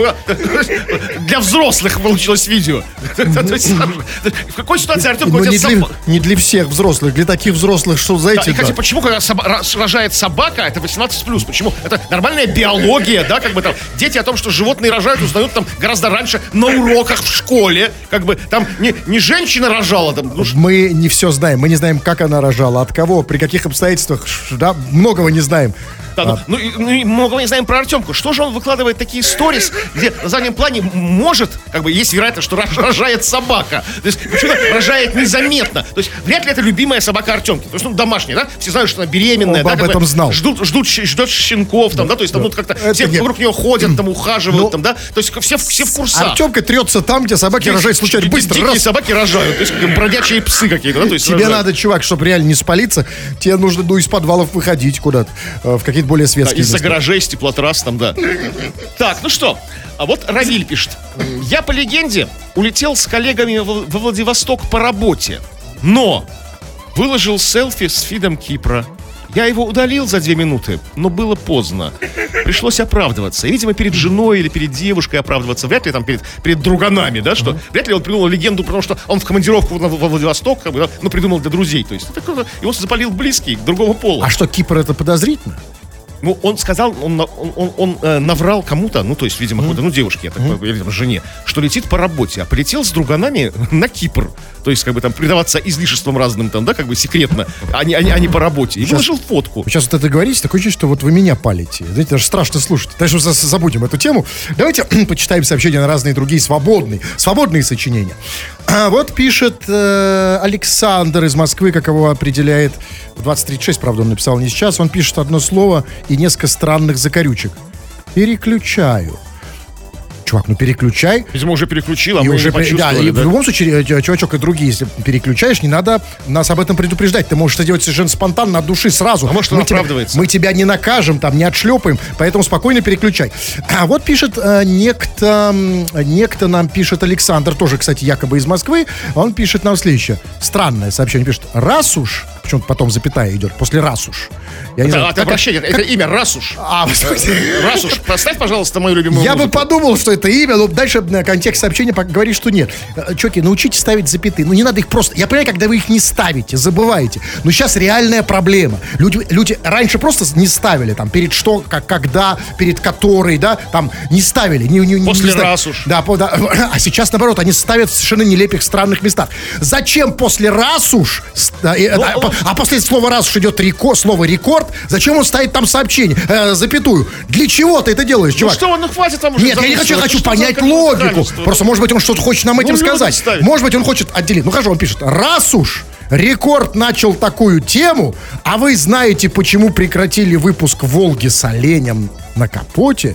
для взрослых получилось видео. То есть, в какой ситуации Артем Ну, кладет не, для, собаку? не для всех взрослых, для таких взрослых, что, Да, знаете, и, кстати, да. почему, когда соба- рожает собака, это восемнадцать плюс? Почему? Это нормальная биология, да, как бы там. Дети о том, что животные рожают, узнают там гораздо раньше на уроках в школе. Как бы там не, не женщина рожала, там, ну, Мы не все знаем, мы не знаем, как она рожала, от кого, при каких обстоятельствах, ш- да, многого не знаем. да, ну, ну, и, ну и много не знаем про Артемку. Что же он выкладывает такие сторис, где на заднем плане может, как бы, есть вероятность, что рож- рожает собака. То есть, почему-то рожает незаметно. То есть, вряд ли это любимая собака Артемки. То есть, ну, домашняя, да? Все знают, что она беременная. Он да, об как бы этом знал. Ждут, ждут, щ- ждет щенков, там, да, то есть, там, ну, как-то Это все нет. вокруг нее ходят, там, ухаживают, Ну, там, да? То есть, все, в- все в курсах. Артемка трется там, где собаки рожают случайно. Ди- Быстро, Дикие раз. собаки рожают, то есть, как бродячие псы какие-то, да? То есть, Тебе рожают. надо, чувак, чтобы реально не спалиться, тебе нужно, ну, из подвалов выходить куда-то, э, в какие-то более Да, светские из-за места. гаражей, с теплотрасс там, да. Так, ну что, а вот Равиль пишет. Я, по легенде, улетел с коллегами во во Владивосток по работе, но выложил селфи с фидом Кипра. Я его удалил за две минуты, но было поздно. Пришлось оправдываться. И, видимо, перед женой или перед девушкой оправдываться. Вряд ли там перед, перед друганами, да, что... Вряд ли он придумал легенду, потому что он в командировку на- во Владивосток, как бы, да, ну, придумал для друзей. То есть, это как-то его запалил близкий, другого пола. А что, Кипр это подозрительно? Ну, он сказал, он, на- он, он, он, э, наврал кому-то, ну, то есть, видимо, какой-то, ну, девушке, я так понимаю, или там, жене, что летит по работе, а полетел с друганами на Кипр. То есть, как бы там, предаваться излишествам разным там, да, как бы секретно, а не, а не, а не по работе. И выложил фотку. Вы сейчас вот это говорите, такое чувство, что вот вы меня палите. Знаете, даже страшно слушать. Дальше мы за- забудем эту тему. Давайте почитаем сообщения на разные другие свободные, свободные сочинения. А вот пишет э, Александр из Москвы, как его определяет в двадцать тридцать шесть, правда, он написал не сейчас. Он пишет одно слово и несколько странных закорючек. Переключаю. Чувак, ну переключай. Видимо, уже переключил, а И мы уже, не при- да, почувствовали, и да. в любом случае, э, чувачок, и другие, если переключаешь, не надо нас об этом предупреждать. Ты можешь это делать совершенно спонтанно, от души, сразу. А может, он мы тебя, оправдывается. мы тебя не накажем, там, не отшлепаем, поэтому спокойно переключай. А вот пишет э, некто, м, некто нам пишет Александр, тоже, кстати, якобы из Москвы. Он пишет нам следующее. Странное сообщение. Пишет, раз уж, причем потом запятая идет, после раз уж. Я не Да, знаю, это как- обращение, это имя Расуш. А, в смысле? Расуш, поставь, пожалуйста, мою любимую Я бы музыку. подумал, что это имя, но дальше э, контекст сообщения пок- говорит, что нет. Э, Чуваки, научитесь ставить запятые. Ну, не надо их просто... Я понимаю, когда вы их не ставите, забываете. Но сейчас реальная проблема. Люди, люди раньше просто не ставили, там, перед что, как, когда, перед которой, да, там, не ставили. Не, не- не После знаю. раз уж. Да, по- да. А сейчас, наоборот, они ставят в совершенно нелепых, странных местах. Зачем после раз уж... с- да, и- Ну, а, по- а после слова раз уж идет реко- слово рекорд, зачем он ставит там сообщение, э, запятую? Для чего ты это делаешь, Ну чувак? что, ну хватит вам уже Нет, я не хочу, я записывать. хочу Что за понять какое логику. нахальство? Просто, может быть, он что-то хочет нам этим люди сказать. ставят. Может быть, он хочет отделить. Ну, хорошо, он пишет. Раз уж Рекорд начал такую тему, а вы знаете, почему прекратили выпуск «Волги» с оленем на капоте?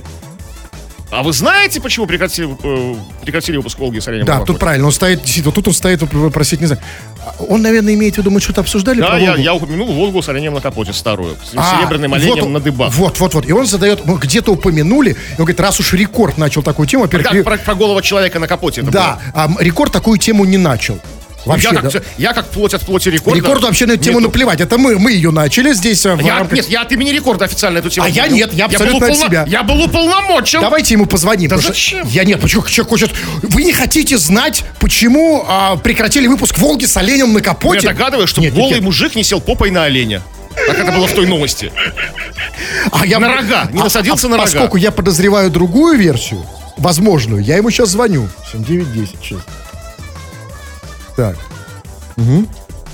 А вы знаете, почему прекратили, э, прекратили выпуск «Волги» с оленем? Да, на тут Волге? правильно, он стоит, действительно, вот тут он стоит, вот, просить, не знаю. Он, наверное, имеет в виду, мы что-то обсуждали Да, про я, «Волгу»? я упомянул «Волгу» с оленем на капоте старую. С А, серебряным вот оленем он- на дыбах. Вот, вот, вот. И он задает, мы где-то упомянули, и он говорит, раз уж Рекорд начал такую тему, во-первых, Как ре- про, про голову человека на капоте это да, а м, Рекорд такую тему не начал. было. Вообще, я, да. как, я как плоть от плоти рекорда. Рекорду вообще на эту тему нету. наплевать. Это мы, мы ее начали здесь а, в Я, рамках- нет, я от имени рекорда официально эту тему. А я поднял. нет, я был абсолютно от уполно- себя. Я был уполномочен. Давайте ему позвоним. Да потому что зачем? Я нет, почему человек хочет... Вы не хотите знать, почему а, прекратили выпуск «Волги» с оленем на Ну, я капоте? догадываюсь, что Нет, голый нет. мужик не сел попой на оленя. Как это было в той новости. А я... на рога, не насадился на рога. Поскольку я подозреваю другую версию, возможную, я ему сейчас звоню. семь девять десять шесть. Так. Угу.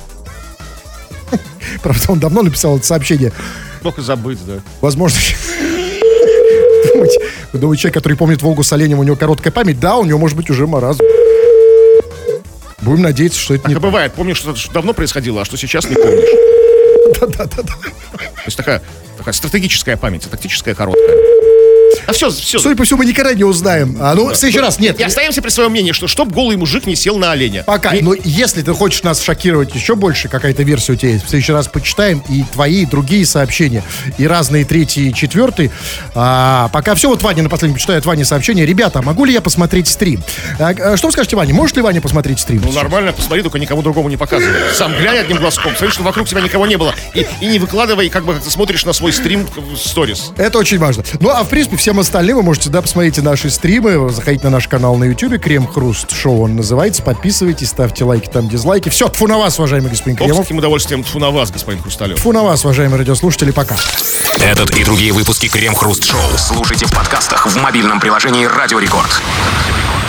Правда, он давно написал это сообщение. Мог и забыть, да. Возможно, думаете, вы думаете, человек, который помнит «Волгу» с оленем, у него короткая память? Да, у него может быть уже маразм. Будем надеяться, что это Так не... и бывает. Помнишь, что это давно происходило, а что сейчас не помнишь. Да-да-да. То есть такая, такая стратегическая память, а тактическая короткая. А все, все. Судя по всему, мы никогда не узнаем. А, ну, в следующий раз, нет. И остаемся при своем мнении, что чтоб голый мужик не сел на оленя. Пока. И- Но если ты хочешь нас шокировать еще больше, какая-то версия у тебя есть, в следующий раз почитаем и твои, и другие сообщения, и разные третьи, и четвертые. А, пока все. Вот Ваня напоследок почитает Ване сообщение. Ребята, могу ли я посмотреть стрим? А, а, что вы скажете, Ваня? Может ли Ваня посмотреть стрим? Ну, нормально, посмотри, только никому другому не показывай. Сам глянь одним глазком, смотри, что вокруг тебя никого не было. И, и не выкладывай, как бы, как ты смотришь на свой стрим в сторис. Это очень важно. Ну, а в принципе, всем остальным вы можете, да, посмотрите наши стримы, заходите на наш канал на YouTube, Крем Хруст Шоу он называется, подписывайтесь, ставьте лайки, там дизлайки. Все, тфу на вас, уважаемый господин Ох, с Кремов. каким удовольствием тфу на вас, господин Хрусталев. Тфу на вас, уважаемые радиослушатели, пока. Этот и другие выпуски Крем Хруст Шоу слушайте в подкастах в мобильном приложении Радио Рекорд.